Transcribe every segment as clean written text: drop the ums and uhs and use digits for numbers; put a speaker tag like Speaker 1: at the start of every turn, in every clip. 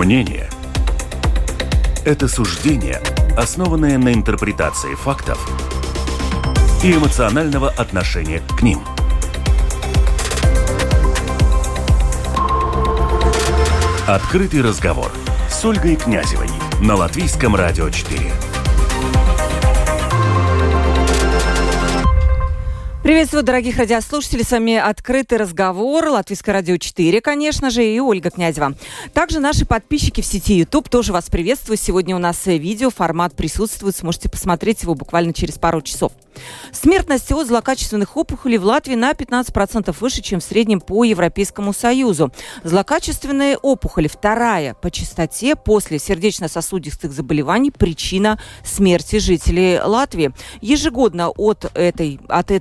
Speaker 1: Мнение – это суждение, основанное на интерпретации фактов и эмоционального отношения к ним. Открытый разговор с Ольгой Князевой на Латвийском радио 4.
Speaker 2: Приветствую, дорогих радиослушателей. С вами «Открытый разговор», Латвийское радио 4, конечно же, и Ольга Князева. Также наши подписчики в сети YouTube тоже вас приветствую. Сегодня у нас видео, формат присутствует, сможете посмотреть его буквально через пару часов. Смертность от злокачественных опухолей в Латвии на 15% выше, чем в среднем по Европейскому Союзу. Злокачественные опухоли – вторая по частоте после сердечно-сосудистых заболеваний причина смерти жителей Латвии. Ежегодно от этой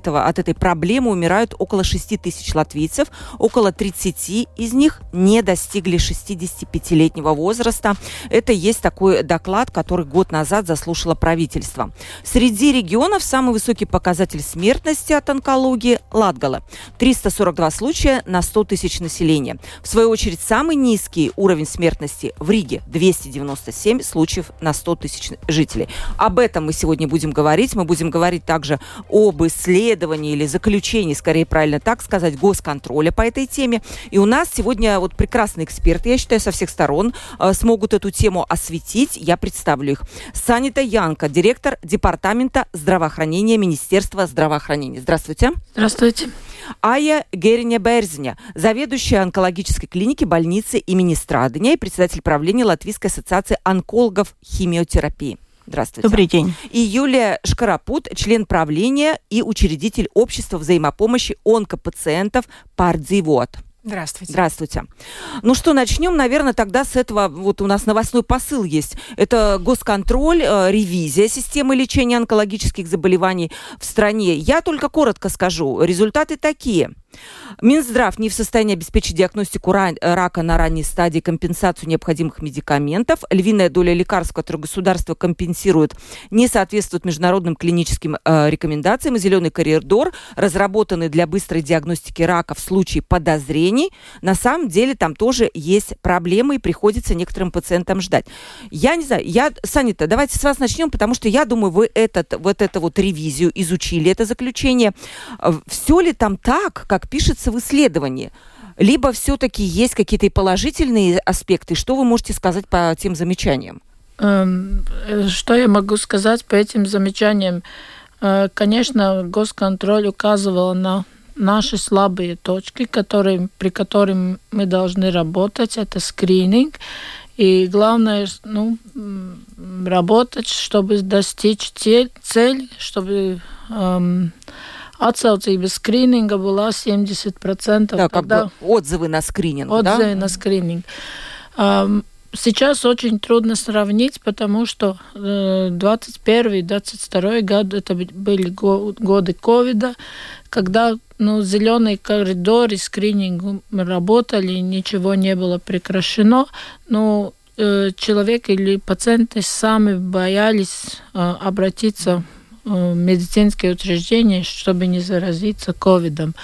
Speaker 2: проблемы умирают около 6 тысяч латвийцев. Около 30 из них не достигли 65-летнего возраста. Это есть такой доклад, который год назад заслушало правительство. Среди регионов самый высокий показатель смертности от онкологии – Латгала. 342 случая на 100 тысяч населения. В свою очередь, самый низкий уровень смертности в Риге – 297 случаев на 100 тысяч жителей. Об этом мы сегодня будем говорить. Мы будем говорить также об исследовании или заключении, скорее правильно так сказать, госконтроля по этой теме. И у нас сегодня вот прекрасные эксперты, я считаю, со всех сторон смогут эту тему осветить. Я представлю их. Санита Янка, директор департамента здравоохранения Министерства здравоохранения. Здравствуйте.
Speaker 3: Здравствуйте.
Speaker 2: Ая Гериня-Берзиня, заведующая онкологической клиники больницы имени Страдыня и председатель правления Латвийской ассоциации онкологов химиотерапии. Здравствуйте.
Speaker 3: Добрый день.
Speaker 2: И Юлия Шкарапут, член правления и учредитель общества взаимопомощи онкопациентов «Пардзивот».
Speaker 4: Здравствуйте.
Speaker 2: Здравствуйте. Ну что, начнем, наверное, тогда с этого. Вот у нас новостной посыл есть. Это госконтроль, ревизия системы лечения онкологических заболеваний в стране. Я только коротко скажу. Результаты такие. Минздрав не в состоянии обеспечить диагностику рака на ранней стадии, компенсацию необходимых медикаментов. Львиная доля лекарств, которые государство компенсирует, не соответствует международным клиническим рекомендациям. И зеленый коридор, разработанный для быстрой диагностики рака в случае подозрений, на самом деле там тоже есть проблемы, и приходится некоторым пациентам ждать. Я не знаю, Санита, давайте с вас начнем, потому что я думаю, вы эту ревизию изучили, это заключение. Все ли там так, как пишется в исследовании? Либо все-таки есть какие-то положительные аспекты? Что вы можете сказать по тем замечаниям?
Speaker 3: Что я могу сказать по этим замечаниям? Конечно, госконтроль указывал на наши слабые точки, при которых мы должны работать. Это скрининг. И главное, работать, чтобы достичь цель, чтобы отсылка скрининга была 70%.
Speaker 2: Да, как бы отзывы на скрининг.
Speaker 3: Отзывы на скрининг. Сейчас очень трудно сравнить, потому что 2021-2022 год, это были годы ковида, когда зеленый коридор и скрининг работали, ничего не было прекращено, но человек или пациенты сами боялись обратиться в медицинские учреждения, чтобы не заразиться ковидом.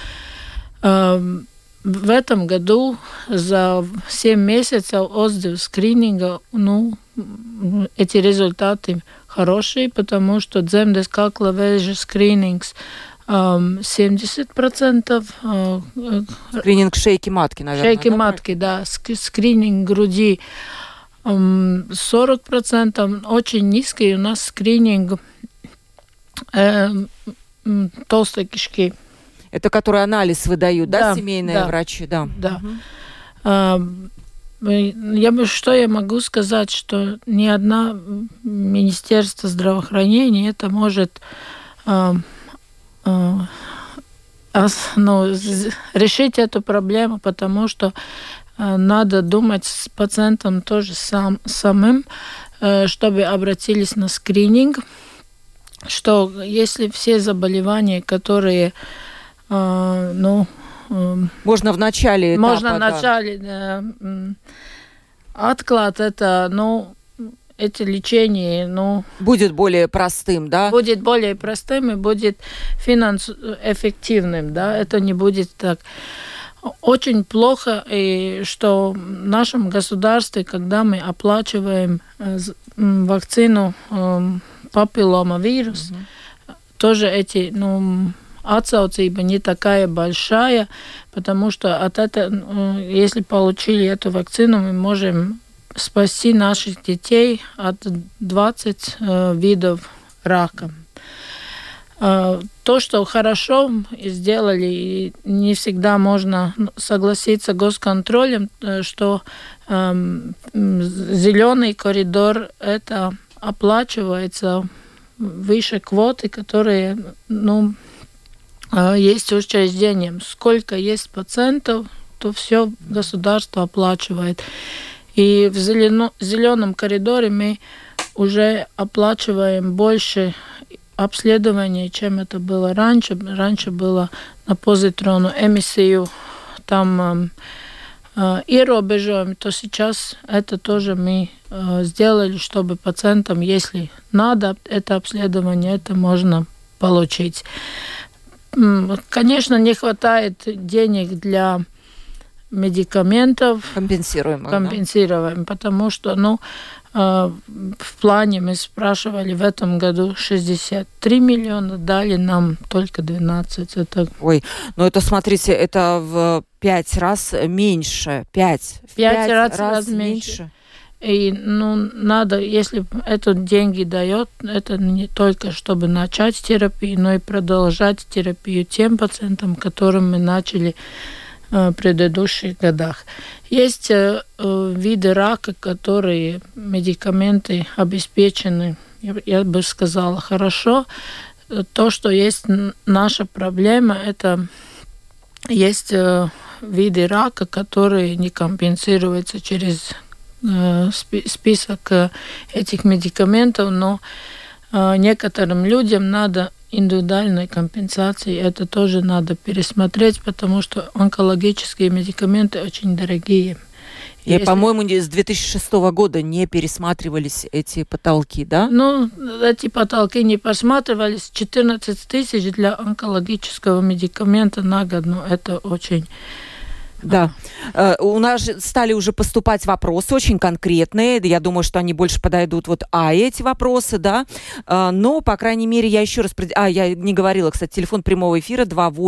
Speaker 3: В этом году за 7 месяцев отзыв скрининга, эти результаты хорошие, потому что дземdes kakla vēža скрининг 70%.
Speaker 2: Скрининг шейки матки, наверное.
Speaker 3: Шейки матки, да. Скрининг груди 40%. Очень низкий у нас скрининг толстой кишки.
Speaker 2: Это который анализ выдают, да, семейные врачи? Да.
Speaker 3: Что я могу сказать, что ни одно Министерство здравоохранения это может решить эту проблему, потому что надо думать с пациентом тоже самим, чтобы обратились на скрининг, что если все заболевания, которые можно
Speaker 2: в начале этапа.
Speaker 3: Можно в начале отклад это, это лечение,
Speaker 2: будет более простым, да?
Speaker 3: Будет более простым и будет эффективным, да? Это не будет так. очень плохо, и что в нашем государстве, когда мы оплачиваем вакцину папилломавирус, тоже эти, отсауцība не такая большая, потому что от этого, если получили эту вакцину, мы можем спасти наших детей от 20 видов рака. То, что хорошо сделали, и не всегда можно согласиться с госконтролем, что зеленый коридор это оплачивается выше квоты, которые есть учреждением. Сколько есть пациентов, то все государство оплачивает. И в зеленом коридоре мы уже оплачиваем больше обследований, чем это было раньше. Раньше было на позитронную эмиссию, там ierobežojumi, то сейчас это тоже мы сделали, чтобы пациентам, если надо это обследование, это можно получить. Конечно, не хватает денег для медикаментов. Компенсируем, потому что, в плане мы спрашивали в этом году 63 миллиона, дали нам только 12.
Speaker 2: Это, смотрите, это в 5 раз меньше. 5 раз меньше.
Speaker 3: И надо, если это деньги дает, это не только чтобы начать терапию, но и продолжать терапию тем пациентам, которым мы начали в предыдущих годах. Есть виды рака, которые медикаменты обеспечены, я бы сказала, хорошо. То, что есть наша проблема, это есть виды рака, которые не компенсируются через список этих медикаментов, но некоторым людям надо индивидуальной компенсации. Это тоже надо пересмотреть, потому что онкологические медикаменты очень дорогие.
Speaker 2: И, по-моему, с 2006 года не пересматривались эти потолки, да?
Speaker 3: Эти потолки не пересматривались. 14 тысяч для онкологического медикамента на год. Это очень...
Speaker 2: Да. У нас стали уже поступать вопросы очень конкретные. Я думаю, что они больше подойдут эти вопросы, да. Но, по крайней мере, я еще раз... я не говорила, кстати, телефон прямого эфира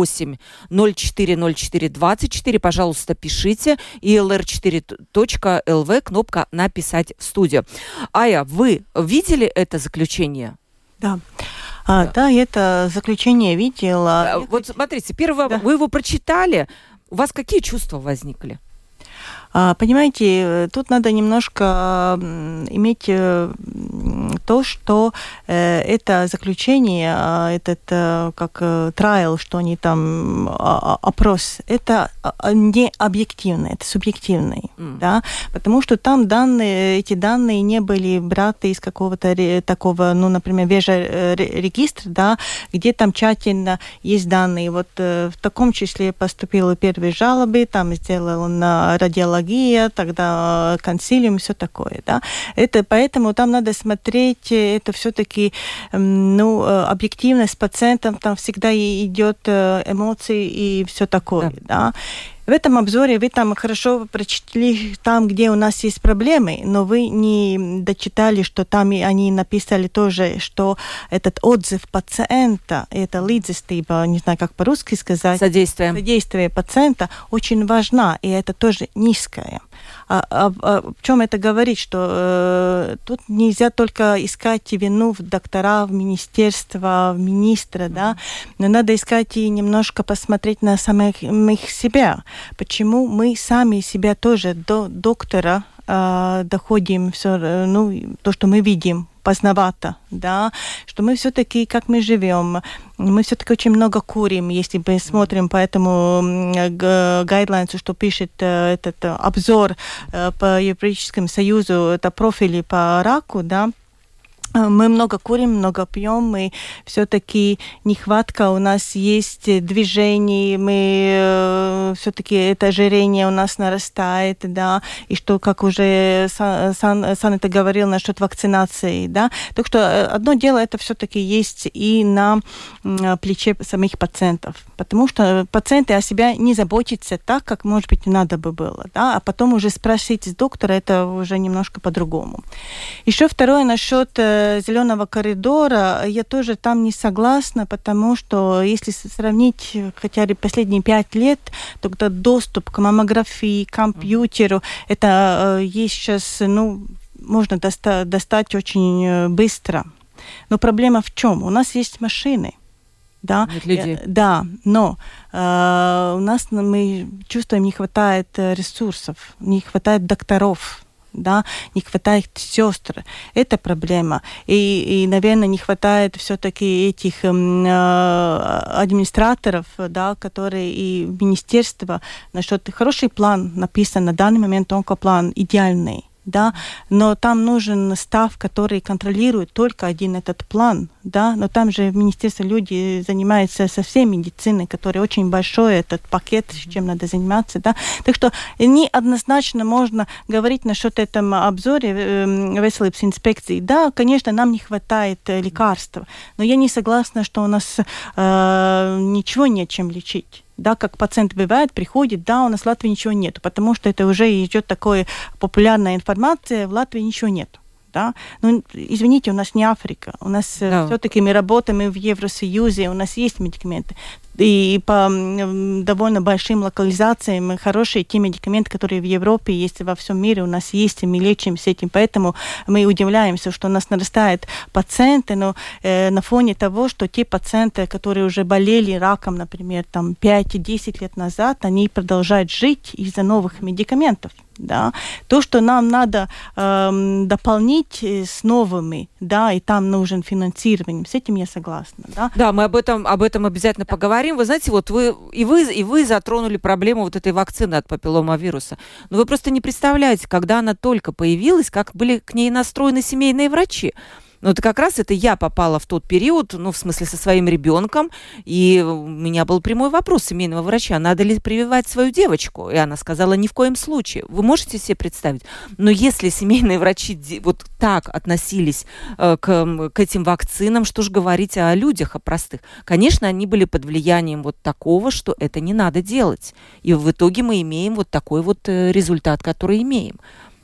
Speaker 2: 28040424. Пожалуйста, пишите. И lr4.lv, кнопка «Написать в студию». Ая, вы видели это заключение?
Speaker 4: Да. Да, это заключение видела.
Speaker 2: Смотрите, вы его прочитали. У вас какие чувства возникли?
Speaker 4: Понимаете, тут надо немножко иметь то, что это заключение, этот как trial, что они там, опрос, это не объективно, это субъективный, да, потому что там эти данные не были браты из какого-то такого, например, регистра, да, где там тщательно есть данные. В таком числе поступили первые жалобы, там сделана радиология, тогда консилиум, все такое, да. Поэтому там надо смотреть, это все-таки, объективность с пациентом, там всегда идет эмоции и все такое, да. В этом обзоре вы там хорошо прочитали там, где у нас есть проблемы, но вы не дочитали, что там они написали тоже, что этот отзыв пациента, это līdzjūtība, не знаю, как по-русски сказать. Содействие пациента очень важна, и это тоже низкое. О чем это говорит? Что тут нельзя только искать вину в доктора, в министерство, в министра, да, но надо искать и немножко посмотреть на самих себя. Почему мы сами себя тоже до доктора доходим, все, то, что мы видим, поздновато, да, что мы все-таки, как мы живем, мы все-таки очень много курим, если мы смотрим по этому гайдлайнсу, что пишет этот обзор по Европейскому Союзу, это профили по раку, да. Мы много курим, много пьем, и все-таки нехватка у нас есть движений, мы все-таки это ожирение у нас нарастает, да, и что, как уже Сан это говорил насчет вакцинации, да, так что одно дело это все-таки есть и на плече самих пациентов, потому что пациенты о себе не заботятся так, как, может быть, надо бы было, да, а потом уже спросить с доктора, это уже немножко по-другому. Еще второе насчет зеленого коридора, я тоже там не согласна, потому что если сравнить хотя бы последние 5 лет, то когда доступ к маммографии, к компьютеру, это есть сейчас, можно достать очень быстро. Но проблема в чем? У нас есть машины. Да, да, но у нас мы чувствуем, не хватает ресурсов, не хватает докторов. Да, не хватает сестр. Это проблема. И, наверное, не хватает все-таки этих администраторов, да, которые и министерства насчет хороший план написан на данный момент, онкоплан идеальный. Да, но там нужен став, который контролирует только один этот план, да, но там же в министерстве люди занимаются со всей медициной, который очень большой этот пакет, с чем надо заниматься, да, так что неоднозначно можно говорить насчет этого обзора Veselības инспекции. Да, конечно, нам не хватает лекарств, но я не согласна, что у нас ничего нет чем лечить. Да, как пациент бывает, приходит, да, у нас в Латвии ничего нет, потому что это уже идет такая популярная информация, в Латвии ничего нет. Да? Ну, извините, у нас не Африка, у нас все-таки мы работаем в Евросоюзе, у нас есть медикаменты. И по довольно большим локализациям хорошие те медикаменты, которые в Европе есть, во всем мире у нас есть, и мы лечимся этим. Поэтому мы удивляемся, что у нас нарастают пациенты, но на фоне того, что те пациенты, которые уже болели раком, например, там 5-10 лет назад, они продолжают жить из-за новых медикаментов. Да. То, что нам надо дополнить с новыми, да, и там нужен финансирование, с этим я согласна. Да,
Speaker 2: да, мы об этом обязательно поговорим. Вы знаете, вот вы затронули проблему вот этой вакцины от папилломавируса. Но вы просто не представляете, когда она только появилась, как были к ней настроены семейные врачи. Но это как раз я попала в тот период, в смысле со своим ребенком, и у меня был прямой вопрос семейного врача, надо ли прививать свою девочку? И она сказала, ни в коем случае. Вы можете себе представить? Но если семейные врачи вот так относились к этим вакцинам, что же говорить о людях, о простых? Конечно, они были под влиянием вот такого, что это не надо делать. И в итоге мы имеем вот такой вот результат, который имеем.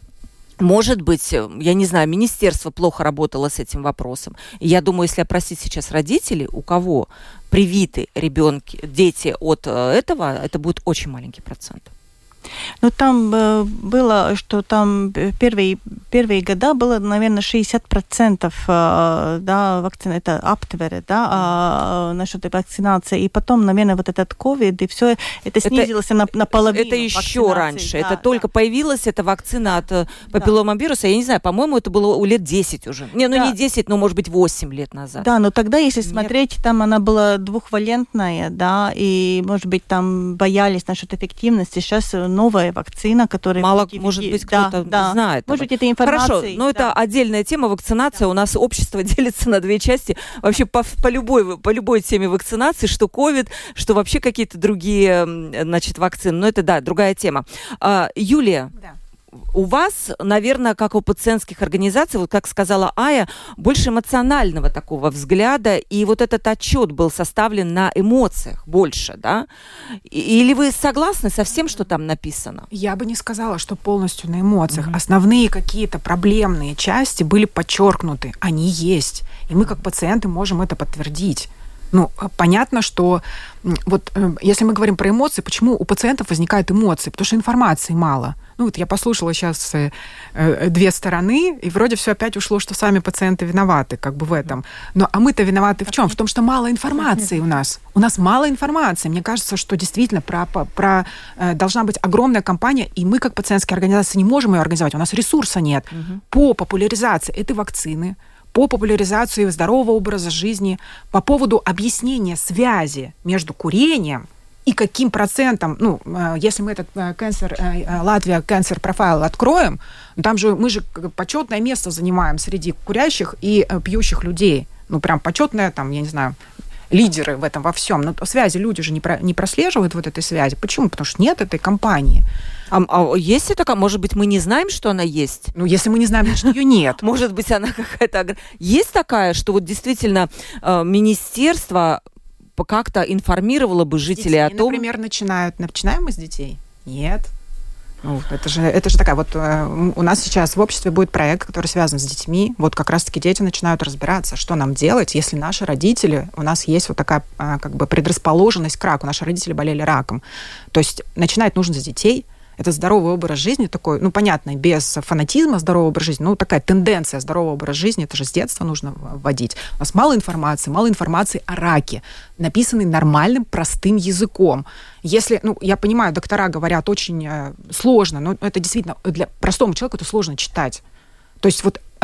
Speaker 2: Может быть, я не знаю, министерство плохо работало с этим вопросом. И я думаю, если опросить сейчас родителей, у кого привиты дети от этого, это будет очень маленький процент.
Speaker 4: Ну, там было, что там первые года было, наверное, 60% да, вакцины, это Aptvere, да, насчет вакцинации. И потом, наверное, вот этот ковид, и все это снизилось на половину.
Speaker 2: Это еще раньше. Да, это только появилась эта вакцина от папилломавируса. Я не знаю, по-моему, это было лет 10 уже. Не 10, но, может быть, 8 лет назад.
Speaker 4: Да, но тогда, если смотреть, там она была двухвалентная, да, и, может быть, там боялись насчет эффективности. Сейчас новая вакцина, которая...
Speaker 2: Мало, может быть, кто-то знает.
Speaker 4: Может быть, это информация.
Speaker 2: Хорошо, но это отдельная тема, вакцинация. У нас общество делится на 2 части. Вообще по любой теме вакцинации, что ковид, что вообще какие-то другие, вакцины. Но это, да, другая тема. Юлия, у вас, наверное, как у пациентских организаций, вот как сказала Ая, больше эмоционального такого взгляда, и вот этот отчет был составлен на эмоциях больше, да? Или вы согласны со всем, что там написано?
Speaker 5: Я бы не сказала, что полностью на эмоциях. Основные какие-то проблемные части были подчеркнуты. Они есть. И мы, как пациенты, можем это подтвердить. Понятно, что вот если мы говорим про эмоции, почему у пациентов возникают эмоции? Потому что информации мало. Я послушала сейчас 2 стороны, и вроде все опять ушло, что сами пациенты виноваты, как бы в этом. А мы-то виноваты в чем? В том, что мало информации у нас. У нас мало информации. Мне кажется, что действительно должна быть огромная кампания, и мы, как пациентские организации, не можем ее организовать. У нас ресурса нет по популяризации этой вакцины, по популяризации здорового образа жизни, по поводу объяснения связи между курением и каким процентом, если мы этот Латвия Cancer Profile откроем, там же мы же почетное место занимаем среди курящих и пьющих людей. Прям почетное, я не знаю, лидеры в этом во всем. Но связи люди же не прослеживают вот этой связи. Почему? Потому что нет этой компании.
Speaker 2: А есть это? Может быть, мы не знаем, что она есть?
Speaker 5: Если мы не знаем, значит, ее нет.
Speaker 2: Может быть, она какая-то... Есть такая, что вот действительно министерство как-то информировало бы жителей о том...
Speaker 5: Например, начинаем мы с детей? Нет. Это же такая у нас сейчас в обществе будет проект, который связан с детьми. Вот как раз-таки дети начинают разбираться, что нам делать, если наши родители, у нас есть вот такая предрасположенность к раку, наши родители болели раком. То есть начинать нужно с детей. Это здоровый образ жизни такой, понятно, без фанатизма здоровый образ жизни, такая тенденция здорового образа жизни, это же с детства нужно вводить. У нас мало информации о раке, написанной нормальным, простым языком. Если, я понимаю, доктора говорят очень сложно, но это действительно для простому человеку это сложно читать. То есть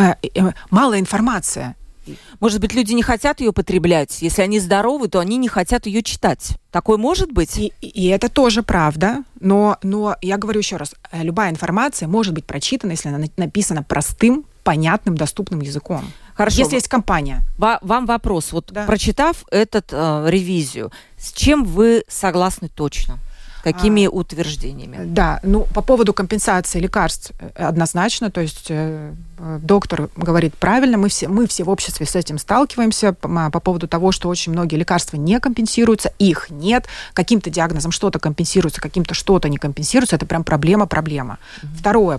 Speaker 5: малая информация.
Speaker 2: Может быть, люди не хотят ее потреблять. Если они здоровы, то они не хотят ее читать. Такое может быть?
Speaker 5: И это тоже правда. Но я говорю еще раз, любая информация может быть прочитана, если она написана простым, понятным, доступным языком.
Speaker 2: Хорошо.
Speaker 5: Если есть компания.
Speaker 2: Вам вопрос. Прочитав ревизию, с чем вы согласны точно? Какими утверждениями?
Speaker 5: Да, по поводу компенсации лекарств однозначно, то есть доктор говорит правильно, мы все в обществе с этим сталкиваемся по поводу того, что очень многие лекарства не компенсируются, их нет, каким-то диагнозом что-то компенсируется, каким-то что-то не компенсируется, это прям проблема. Второе,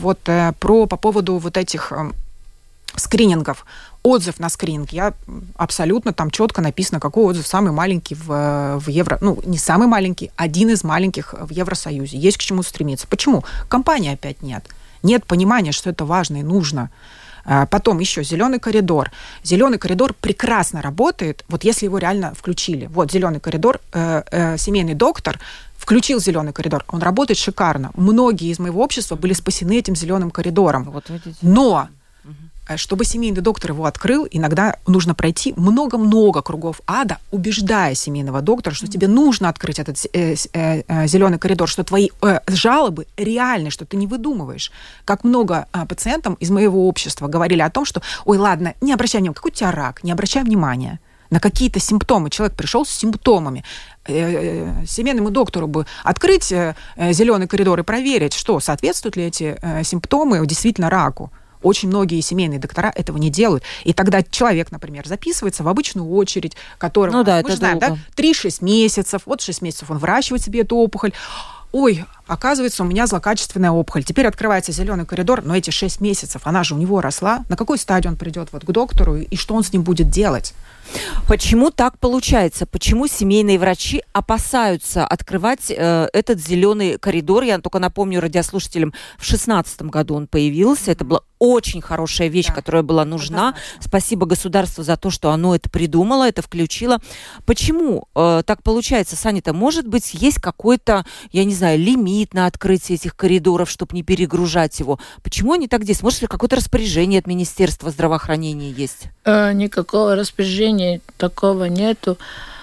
Speaker 5: по поводу этих скринингов. Отзыв на скрининг. Я абсолютно там четко написано, какой отзыв самый маленький в Евро... не самый маленький, один из маленьких в Евросоюзе. Есть к чему стремиться. Почему? Компании опять нет. Нет понимания, что это важно и нужно. Потом еще зеленый коридор. Зеленый коридор прекрасно работает, если его реально включили. Зеленый коридор, семейный доктор включил зеленый коридор. Он работает шикарно. Многие из моего общества были спасены этим зеленым коридором. Но чтобы семейный доктор его открыл, иногда нужно пройти много-много кругов ада, убеждая семейного доктора, что тебе нужно открыть этот зеленый коридор, что твои жалобы реальны, что ты не выдумываешь. Как много пациентам из моего общества говорили о том, что «Ой, ладно, не обращай внимания, какой у тебя рак, не обращай внимания на какие-то симптомы». Человек пришел с симптомами. Семейному доктору бы открыть зеленый коридор и проверить, что соответствуют ли эти симптомы действительно раку. Очень многие семейные доктора этого не делают. И тогда человек, например, записывается в обычную очередь, которая, мы же знаем, 3-6 месяцев. 6 месяцев он выращивает себе эту опухоль. Ой, оказывается, у меня злокачественная опухоль. Теперь открывается зеленый коридор, но эти 6 месяцев, она же у него росла. На какой стадии он придет к доктору, и что он с ним будет делать?
Speaker 2: Почему так получается? Почему семейные врачи опасаются открывать этот зеленый коридор? Я только напомню радиослушателям, в 2016 году он появился. Это была очень хорошая вещь, которая была нужна. Спасибо государству за то, что оно это придумало, это включило. Почему так получается, Санита? Может быть, есть какой-то, я не знаю, лимит на открытие этих коридоров, чтобы не перегружать его? Почему они так действуют? Может, какое-то распоряжение от Министерства здравоохранения есть?
Speaker 3: Никакого распоряжения такого нету.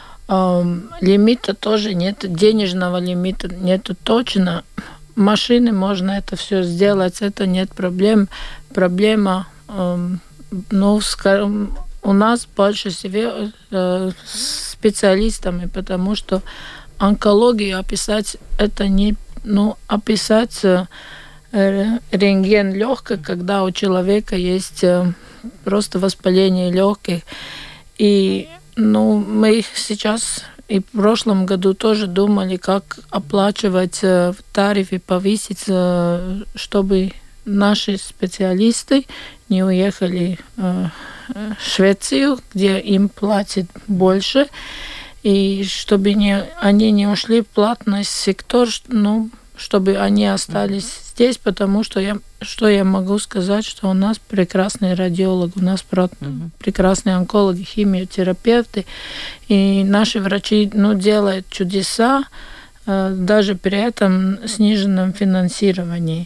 Speaker 3: Лимита тоже нет, денежного лимита нету точно. Машины можно это все сделать, это нет проблем. Проблема, скажем, у нас больше всего специалистами, потому что онкологию описать это не, описать рентген легких, когда у человека есть просто воспаление легких. И мы сейчас и в прошлом году тоже думали, как оплачивать тарифы, повысить, чтобы наши специалисты не уехали в Швецию, где им платят больше, и чтобы они не ушли в платный сектор, чтобы они остались здесь, потому что я могу сказать, что у нас прекрасные радиологи, у нас прекрасные онкологи, химиотерапевты, и наши врачи делают чудеса, даже при этом сниженном финансировании.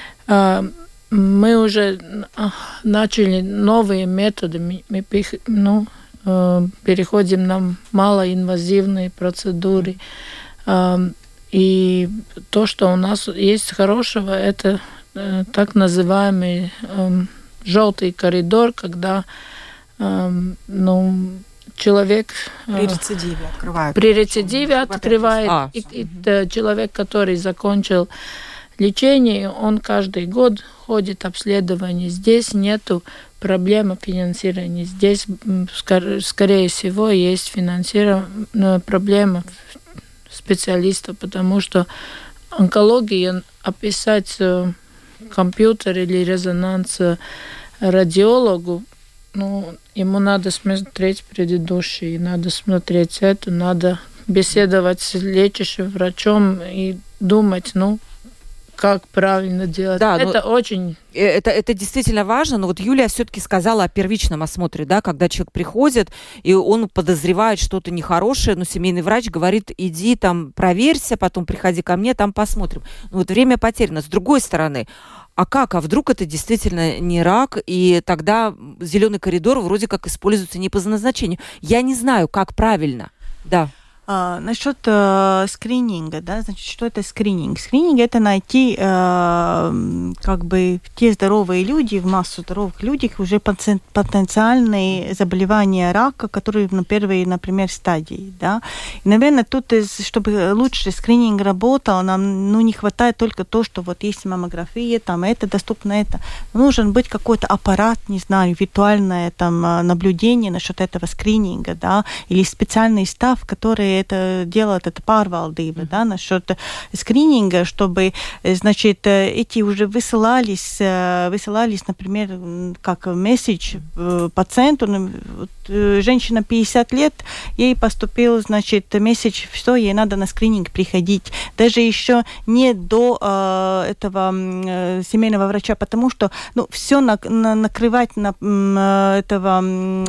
Speaker 3: Мы уже начали новые методы, мы переходим на малоинвазивные процедуры. И то, что у нас есть хорошего, это так называемый желтый коридор, когда человек
Speaker 5: при рецидиве
Speaker 3: открывает. И человек, который закончил лечение, он каждый год ходит обследование. Здесь нету проблемы финансирования. Здесь, скорее всего, есть финансирование, проблема специалистов, потому что онкология описать компьютер или резонанс радиологу, ему надо смотреть предыдущие, надо смотреть это, надо беседовать с лечащим врачом и думать, как правильно делать.
Speaker 2: Да,
Speaker 3: это очень...
Speaker 2: Это действительно важно, но вот Юлия все-таки сказала о первичном осмотре, да, когда человек приходит, и он подозревает что-то нехорошее, но семейный врач говорит, иди там проверься, потом приходи ко мне, там посмотрим. Вот время потеряно. С другой стороны, а вдруг это действительно не рак, и тогда зеленый коридор вроде как используется не по назначению. Я не знаю, как правильно. Да.
Speaker 4: Насчет скрининга, да, значит, что это скрининг? Скрининг – это найти те здоровые люди, в массу здоровых людей, уже потенциальные заболевания рака, которые на первой, например, стадии, да. И, наверное, тут, чтобы лучше скрининг работал, нам не хватает только то, что вот есть маммография, там это доступно, это. Нужен быть какой-то аппарат, не знаю, виртуальное там наблюдение насчет этого скрининга, да, или специальный став, который это делает, это pārvaldība, да, насчет скрининга, чтобы, значит, эти уже высылались, например, как месседж пациенту, женщина 50 лет, ей поступил, значит, месседж, что ей надо на скрининг приходить, даже еще не до этого семейного врача, потому что, все накрывать на этого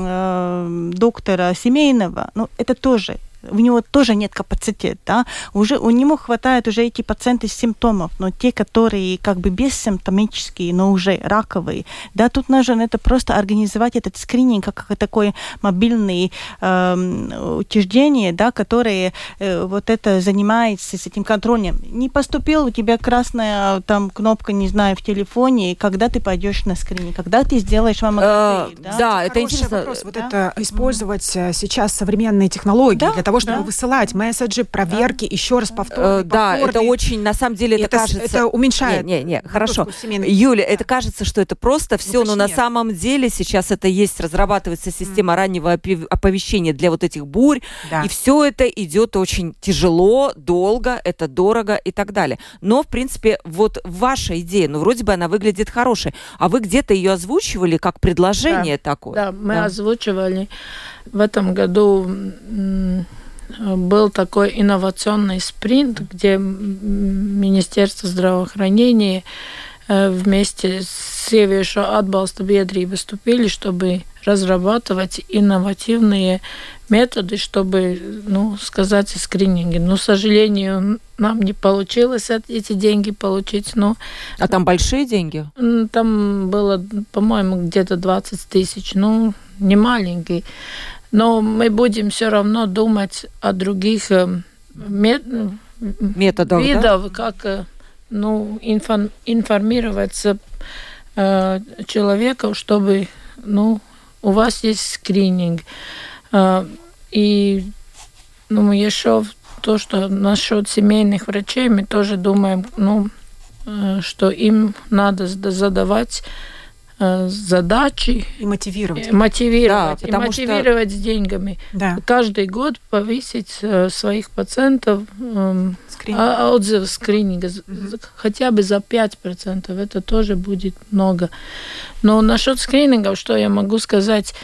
Speaker 4: доктора семейного, это тоже у него тоже нет капацитета, да? Уже у него хватает уже эти пациенты с симптомов, но те, которые как бы бессимптомические, но уже раковые, да, тут нужно это просто организовать этот скрининг как такое мобильное учреждение, да, которое вот это занимается с этим контролем. Не поступил, у тебя красная там кнопка, не знаю, в телефоне, когда ты пойдешь на скрининг, когда ты сделаешь маммографию, да?
Speaker 5: Да, это интересный вопрос. Вот это использовать сейчас современные технологии для того, чтобы высылать месседжи, проверки, еще раз повторные.
Speaker 2: Да, это очень, на самом деле, это кажется...
Speaker 5: Это уменьшает.
Speaker 2: Хорошо. Юля, это кажется, что это просто все, но на самом деле сейчас это есть, разрабатывается система раннего оповещения для вот этих бурь, и все это идет очень тяжело, долго, это дорого и так далее. Но, в принципе, вот ваша идея, вроде бы она выглядит хорошей, а вы где-то ее озвучивали как предложение такое?
Speaker 3: Да, мы озвучивали. В этом году был такой инновационный спринт, где Министерство здравоохранения вместе с Sieviešu atbalsta biedrību выступили, чтобы разрабатывать инновативные методы, чтобы, сказать, скрининги. Но, к сожалению, нам не получилось эти деньги получить.
Speaker 2: А там большие деньги?
Speaker 3: Там было, по-моему, где-то 20 тысяч. Не маленький. Но мы будем все равно думать о других
Speaker 2: методах,
Speaker 3: видов, как информировать человека, чтобы у вас есть скрининг. И еще то, что насчет семейных врачей, мы тоже думаем, что им надо задавать задачи
Speaker 5: и мотивировать,
Speaker 3: с деньгами. Да. Каждый год повысить своих пациентов отзыв скрининга хотя бы за 5%. Это тоже будет много. Но насчет скрининга, что я могу сказать,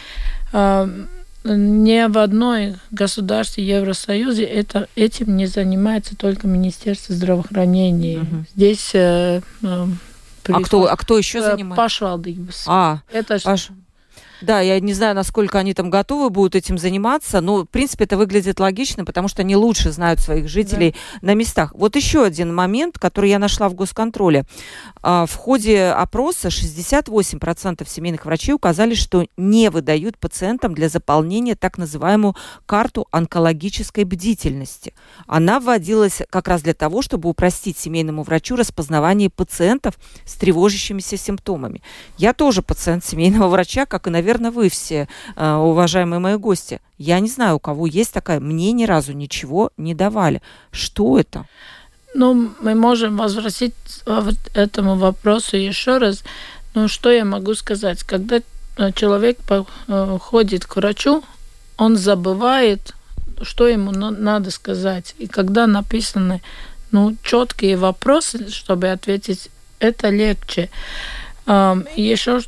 Speaker 3: ни в одной государстве Евросоюза этим не занимается только Министерство здравоохранения. Здесь
Speaker 2: А кто еще занимается?
Speaker 3: Pašvaldības.
Speaker 2: Да, я не знаю, насколько они там готовы будут этим заниматься, но, в принципе, это выглядит логично, потому что они лучше знают своих жителей на местах. Вот еще один момент, который я нашла в госконтроле. В ходе опроса 68% семейных врачей указали, что не выдают пациентам для заполнения так называемую карту онкологической бдительности. Она вводилась как раз для того, чтобы упростить семейному врачу распознавание пациентов с тревожащимися симптомами. Я тоже пациент семейного врача, как и, наверное, вы все, уважаемые мои гости. Я не знаю, у кого есть такая. Мне ни разу ничего не давали. Что это?
Speaker 3: Ну, мы можем возвратить к этому вопросу еще раз. Ну, что я могу сказать? Когда человек ходит к врачу, он забывает, что ему надо сказать. И когда написаны четкие вопросы, чтобы ответить, это легче. Еще,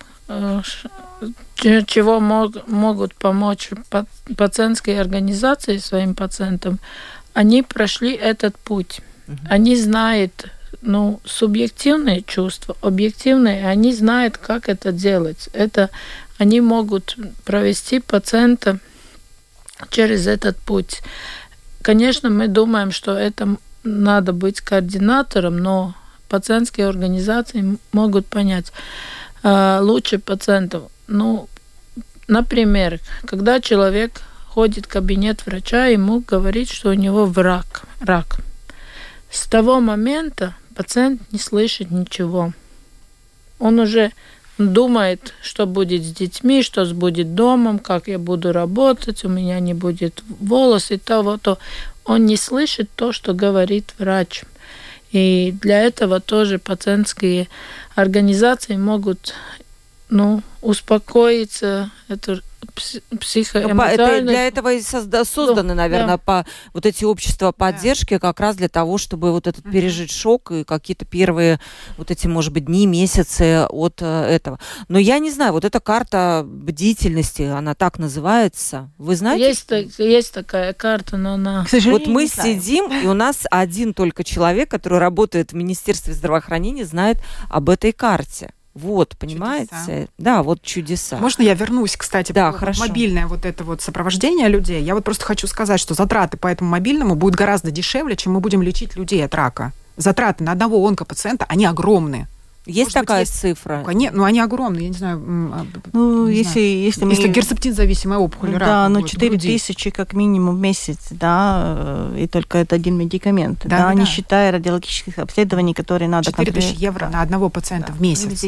Speaker 3: чего могут помочь пациентские организации своим пациентам, они прошли этот путь. Они знают субъективные чувства, объективные, они знают, как это делать. Они могут провести пациента через этот путь. Конечно, мы думаем, что это надо быть координатором, но пациентские организации могут понять лучше пациентов. Например, когда человек ходит в кабинет врача, ему говорит, что у него рак. С того момента пациент не слышит ничего. Он уже думает, что будет с детьми, что будет домом, как я буду работать, у меня не будет волос и того-то. Он не слышит то, что говорит врач. И для этого тоже пациентские организации могут успокоиться, это психоэмоционально.
Speaker 2: Для этого и созданы, наверное, вот эти общества поддержки, как раз для того, чтобы вот этот пережить шок и какие-то первые вот эти, может быть, дни, месяцы от этого. Но я не знаю, вот эта карта бдительности, она так называется. Вы знаете?
Speaker 3: Есть такая карта, но она...
Speaker 2: Вот мы сидим, и у нас один только человек, который работает в Министерстве здравоохранения, знает об этой карте. Вот, понимаете? Чудеса. Да, вот чудеса.
Speaker 5: Можно я вернусь, кстати,
Speaker 2: да, хорошо.
Speaker 5: Мобильное вот это вот сопровождение людей? Я вот просто хочу сказать, что затраты по этому мобильному будут гораздо дешевле, чем мы будем лечить людей от рака. Затраты на одного онкопациента, они огромные.
Speaker 2: Есть такая цифра?
Speaker 5: Конечно, они огромные, я не знаю.
Speaker 4: Если
Speaker 5: герцептин-зависимая опухоль
Speaker 4: рака. Да, 4 тысячи как минимум в месяц, да, и только это один медикамент, да, не считая радиологических обследований, которые надо...
Speaker 5: 4 тысячи евро на одного пациента в месяц.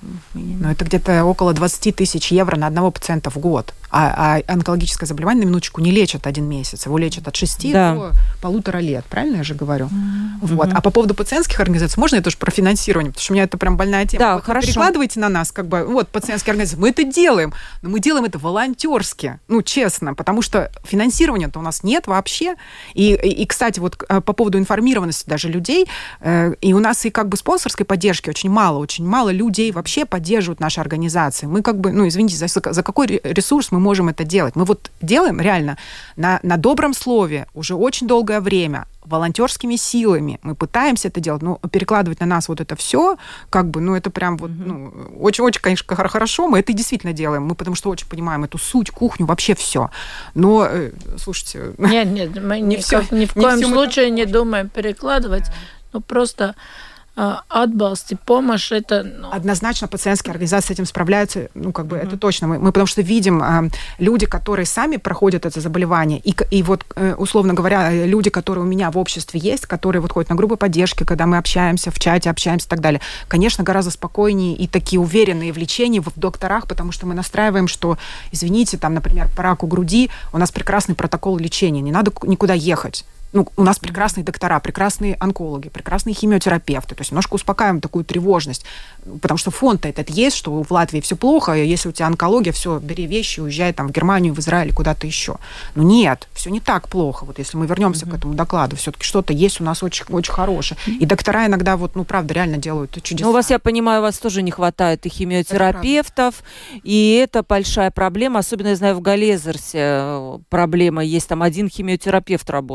Speaker 5: Но это где-то около 20 тысяч евро на одного пациента в год. А онкологическое заболевание, на минуточку, не лечат 1 месяц, его лечат от 6 до 1,5 лет, правильно я же говорю? Вот. А по поводу пациентских организаций, можно я тоже про финансирование, потому что у меня это прям больная тема.
Speaker 2: Да,
Speaker 5: вот
Speaker 2: хорошо.
Speaker 5: Перекладывайте на нас, пациентские организации. Мы это делаем, но мы делаем это волонтерски, честно, потому что финансирования-то у нас нет вообще. И, кстати, вот по поводу информированности даже людей, и у нас и спонсорской поддержки очень мало людей вообще поддерживают наши организации. Мы извините, за какой ресурс мы можем это делать? Мы вот делаем реально на добром слове уже очень долгое время, волонтерскими силами. Мы пытаемся это делать, но перекладывать на нас вот это все, это прям очень-очень, конечно, хорошо. Мы это действительно делаем. Мы потому что очень понимаем эту суть, кухню, вообще все. Но, слушайте...
Speaker 3: Нет, мы ни в коем случае не думаем перекладывать, но просто... отбалсть и помощь, это...
Speaker 5: Однозначно пациентские организации с этим справляются, это точно. Мы потому что видим люди, которые сами проходят это заболевание, и вот, условно говоря, люди, которые у меня в обществе есть, которые вот ходят на группы поддержки, когда мы общаемся в чате, общаемся и так далее, конечно, гораздо спокойнее и такие уверенные в лечении, в докторах, потому что мы настраиваем, что, извините, там, например, по раку груди у нас прекрасный протокол лечения, не надо никуда ехать. У нас прекрасные доктора, прекрасные онкологи, прекрасные химиотерапевты. То есть немножко успокаиваем такую тревожность. Потому что фон-то этот есть, что в Латвии все плохо, и если у тебя онкология, все, бери вещи, уезжай там в Германию, в Израиль, куда-то еще. Но нет, все не так плохо. Вот если мы вернемся к этому докладу, все-таки что-то есть у нас очень, очень хорошее. И доктора иногда правда, реально делают чудеса.
Speaker 2: У вас, я понимаю, у вас тоже не хватает и химиотерапевтов, и это большая проблема. Особенно, я знаю, в Галезерсе проблема есть. Там один химиотерапевт работает.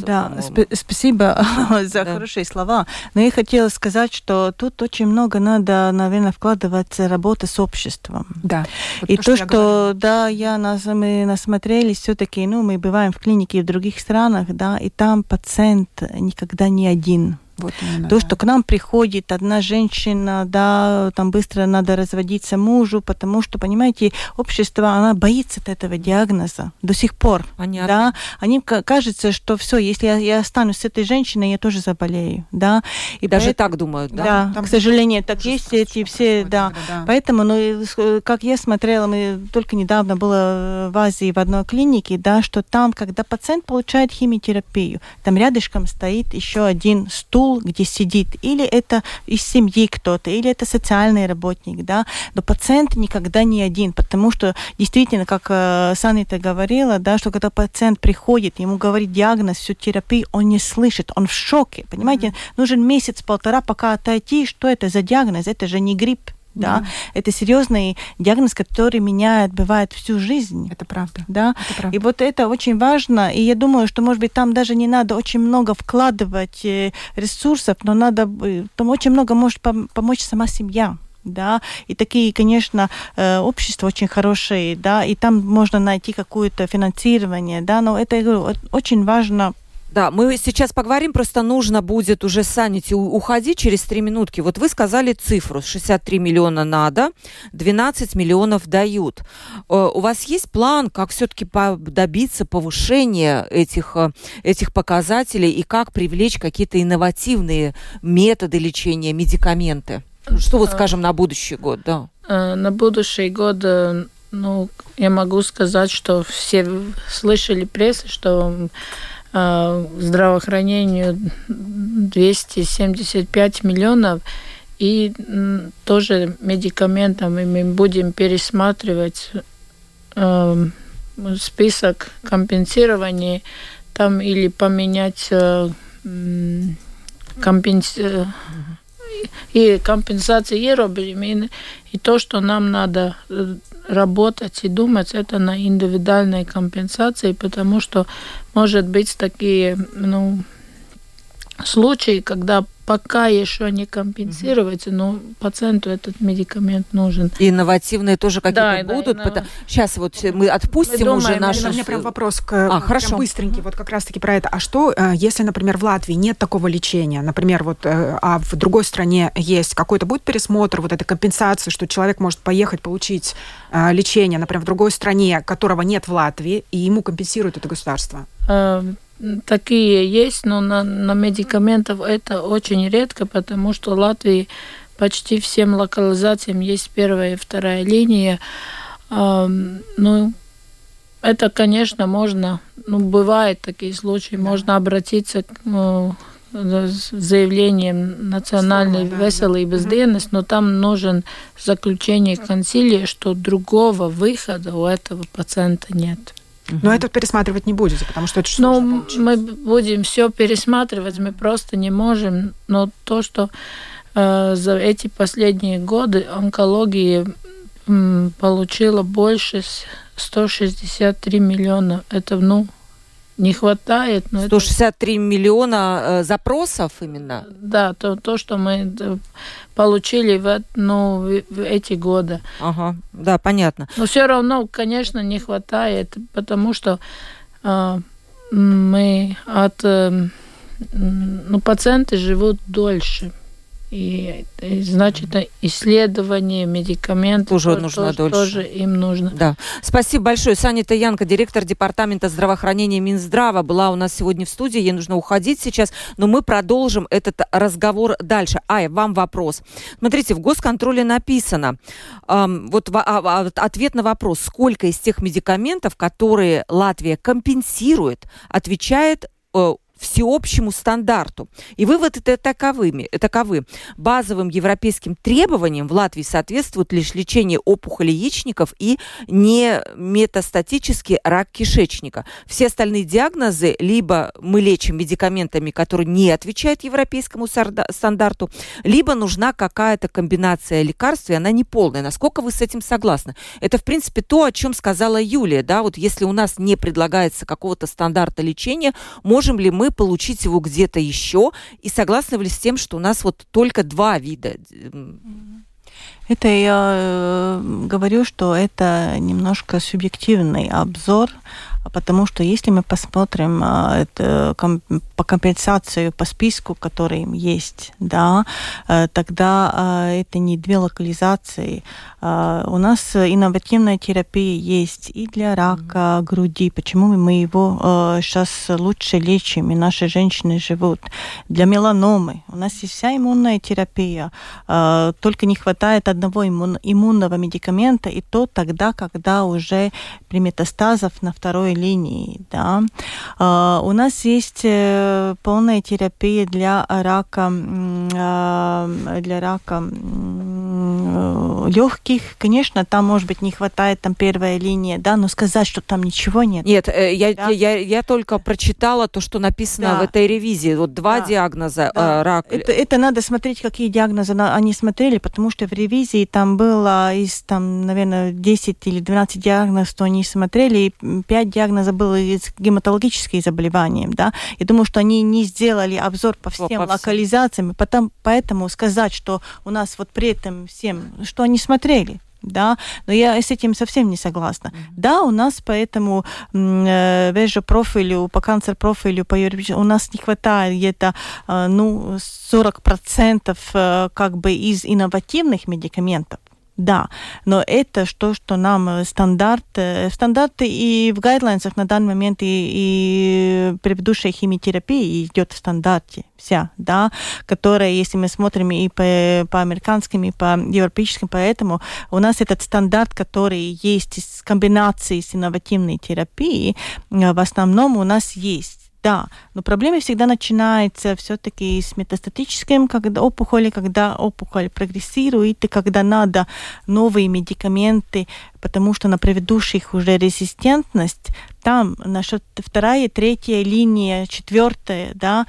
Speaker 4: Да, спасибо за хорошие слова. Но я хотела сказать, что тут очень много надо, наверное, вкладывать работы с обществом.
Speaker 5: Да.
Speaker 4: Вот и то, что мы насмотрелись, все-таки, мы бываем в клинике и в других странах, да, и там пациент никогда не один.
Speaker 5: Вот именно,
Speaker 4: то, что к нам приходит одна женщина, да, там быстро надо разводиться мужу, потому что, понимаете, общество, она боится этого диагноза до сих пор.
Speaker 2: Понятно.
Speaker 4: Да? Они кажется, что все, если я останусь с этой женщиной, я тоже заболею, да. И
Speaker 2: даже так думают, да?
Speaker 4: Да, к сожалению, так есть эти все, да. Поэтому, как я смотрела, только недавно была в Азии в одной клинике, да, что там, когда пациент получает химиотерапию, там рядышком стоит еще один стул, где сидит, или это из семьи кто-то, или это социальный работник, да, но пациент никогда не один, потому что действительно, как Санита говорила, да, что когда пациент приходит, ему говорит диагноз, всю терапию, он не слышит, он в шоке, понимаете, нужен месяц-полтора, пока отойти, что это за диагноз, это же не грипп. Да, это серьезный диагноз, который меняет, бывает, всю жизнь.
Speaker 5: Это правда.
Speaker 4: Да?
Speaker 5: Это правда.
Speaker 4: И вот это очень важно. И я думаю, что, может быть, там даже не надо очень много вкладывать ресурсов, но там очень много может помочь сама семья. Да, и такие, конечно, общества очень хорошие, да, и там можно найти какое-то финансирование, да, но это, я говорю, очень важно.
Speaker 2: Да, мы сейчас поговорим, просто нужно будет уже Саните уходить через 3 минутки. Вот вы сказали цифру, 63 миллиона надо, 12 миллионов дают. У вас есть план, как все-таки добиться повышения этих показателей и как привлечь какие-то инновативные методы лечения, медикаменты? Что вот скажем на будущий год, да?
Speaker 3: На будущий год, я могу сказать, что все слышали прессу, что здравоохранению 275 миллионов, и тоже медикаментами мы будем пересматривать список компенсирования, там или поменять компенсации, и то, что нам надо работать и думать, это на индивидуальной компенсации, потому что может быть такие случаи, когда пока еще не компенсируется, но пациенту этот медикамент нужен.
Speaker 2: И инновативные тоже какие-то будут. Сейчас вот мы отпустим уже наши...
Speaker 5: У меня прям вопрос прям быстренький, вот как раз-таки про это. А что, если, например, в Латвии нет такого лечения, например, а в другой стране есть, какой-то будет пересмотр вот этой компенсации, что человек может поехать получить лечение, например, в другой стране, которого нет в Латвии, и ему компенсирует это государство?
Speaker 3: Такие есть, но на медикаментов это очень редко, потому что в Латвии почти всем локализациям есть первая и вторая линия. Это, конечно, можно, бывают такие случаи, можно обратиться с заявлением национальной веселой безденности, но там нужен заключение консилия, что другого выхода у этого пациента нет.
Speaker 5: Но это пересматривать не будете, потому что это сложно получить.
Speaker 3: Мы будем все пересматривать, мы просто не можем. Но то, что за эти последние годы онкология получила больше 163 миллиона, это, не хватает.
Speaker 2: 163 миллиона запросов именно?
Speaker 3: Да, то, что мы получили в эти годы.
Speaker 2: Ага, да, понятно.
Speaker 3: Но все равно, конечно, не хватает, потому что пациенты живут дольше. И значит, исследование, медикаменты тоже им нужно.
Speaker 2: Да. Спасибо большое. Санита Янка, директор департамента здравоохранения Минздрава, была у нас сегодня в студии. Ей нужно уходить сейчас, но мы продолжим этот разговор дальше. Вам вопрос. Смотрите, в госконтроле написано, ответ на вопрос, сколько из тех медикаментов, которые Латвия компенсирует, отвечает всеобщему стандарту. И выводы таковы. Базовым европейским требованиям в Латвии соответствует лишь лечение опухолей яичников и не метастатический рак кишечника. Все остальные диагнозы либо мы лечим медикаментами, которые не отвечают европейскому стандарту, либо нужна какая-то комбинация лекарств, и она не полная. Насколько вы с этим согласны? Это, в принципе, то, о чем сказала Юлия. Да? Вот если у нас не предлагается какого-то стандарта лечения, можем ли мы мы получить его где-то еще? И согласны ли с тем, что у нас вот только 2 вида?
Speaker 4: Это я говорю, что это немножко субъективный обзор, потому что если мы посмотрим по компенсации по списку, который есть, да, тогда это не 2 локализации. У нас инновативная терапия есть и для рака груди. Почему мы его сейчас лучше лечим, и наши женщины живут? Для меланомы. У нас есть вся иммунная терапия. Только не хватает одного иммунного медикамента, и то тогда, когда уже при метастазах на 2-й линии. Да. У нас есть полная терапия для рака легких. Конечно, там, может быть, не хватает там 1-я линия, да, но сказать, что там ничего нет.
Speaker 2: Нет, я только прочитала то, что написано в этой ревизии. Вот 2 диагноза рак.
Speaker 4: Это надо смотреть, какие диагнозы они смотрели, потому что в ревизии там было из, наверное, 10 или 12 диагнозов, что они смотрели, и 5 диагнозов было из гематологических заболеваний, да. Я думаю, что они не сделали обзор по всем локализациям, поэтому сказать, что у нас вот при этом всем, что они смотрели, да, но я с этим совсем не согласна. Да, у нас поэтому вежопрофилю, по канцер-профилю, у нас не хватает где-то 40% как бы из инновативных медикаментов. Да, но это что нам стандарты и в гайдлайнсах на данный момент и предыдущая химиотерапия идет в стандарте вся, да, которая, если мы смотрим и по американским, и по европейским, поэтому у нас этот стандарт, который есть из комбинации с инновативной терапией, в основном у нас есть. Да, но проблема всегда начинается все-таки с метастатическим, когда опухоль прогрессирует, и когда надо новые медикаменты, потому что на предыдущих уже резистентность, там насчет 2-я, 3-я линия, 4-я, да,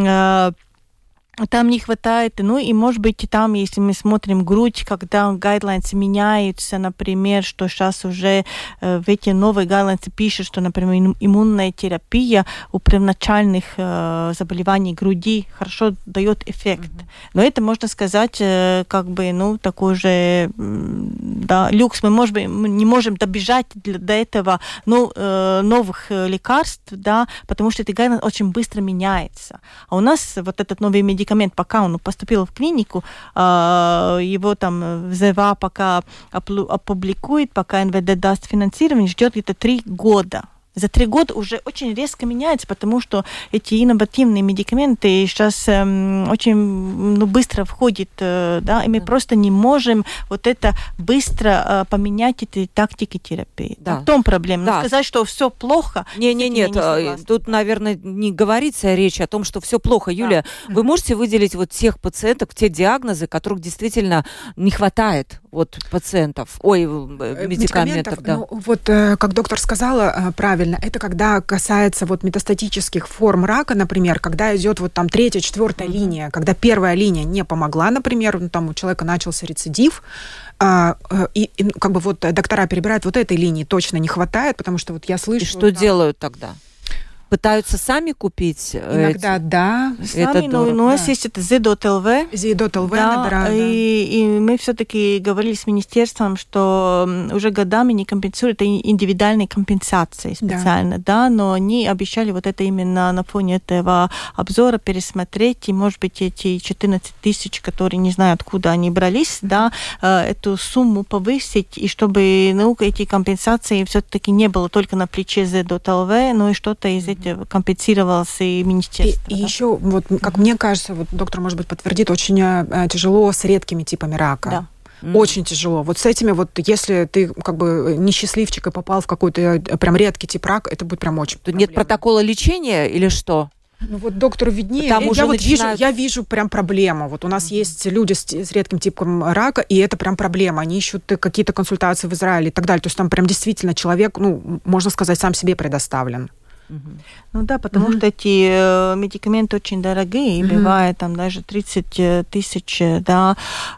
Speaker 4: там не хватает, и, может быть, там, если мы смотрим грудь, когда гайдлайнсы меняются, например, что сейчас уже в эти новые гайдлайнсы пишут, что, например, иммунная терапия у первоначальных заболеваний груди хорошо дает эффект. Но это, можно сказать, как бы, такой же, да, люкс. Мы не можем добежать до этого новых лекарств, да, потому что этот гайдлайн очень быстро меняется. А у нас вот этот новый медикамент, пока он поступил в клинику, его там ЗВА пока опубликует, пока НВД даст финансирование, ждет где-то 3 года. За 3 года уже очень резко меняется, потому что эти инновативные медикаменты сейчас очень быстро входят, да, и мы просто не можем вот это быстро поменять эти тактики терапии. Да. В том проблема. Да. Сказать, что все плохо.
Speaker 2: Нет, тут, наверное, не говорится речь о том, что все плохо. Юлия, вы можете выделить вот тех пациенток, те диагнозы, которых действительно не хватает пациентов, медикаментов, да.
Speaker 5: Вот как доктор сказала правильно, это когда касается метастатических форм рака, например, когда идет 3-я, 4-я линия, когда 1-я линия не помогла, например, там у человека начался рецидив, и как бы доктора перебирают этой линии точно не хватает, потому что я слышу...
Speaker 2: И что делают тогда? Пытаются сами купить?
Speaker 5: Иногда, да.
Speaker 4: Сами, но у нас есть это ZDOT-LV.
Speaker 5: ZDOT-LV,
Speaker 4: да, и мы все-таки говорили с министерством, что уже годами не компенсируют, это индивидуальные компенсации специально, да, но они обещали это именно на фоне этого обзора пересмотреть, и, может быть, эти 14 тысяч, которые не знаю, откуда они брались, да, эту сумму повысить, и чтобы эти компенсации все-таки не было только на плече ZDOT-LV, но и что-то из этих компенсировалось и министерство.
Speaker 5: И еще, как мне кажется, доктор, может быть, подтвердит, очень тяжело с редкими типами рака. Да. Очень тяжело. С этими, если ты как бы несчастливчик и попал в какой-то прям редкий тип рака, это будет прям очень проблемно.
Speaker 2: Нет протокола лечения или что?
Speaker 5: Доктору виднее. Я вижу прям проблему. У нас есть люди с редким типом рака, и это прям проблема. Они ищут какие-то консультации в Израиле и так далее. То есть там прям действительно человек, можно сказать, сам себе предоставлен.
Speaker 4: Ну да, потому что эти медикаменты очень дорогие, бывает там даже 30 тысяч, да,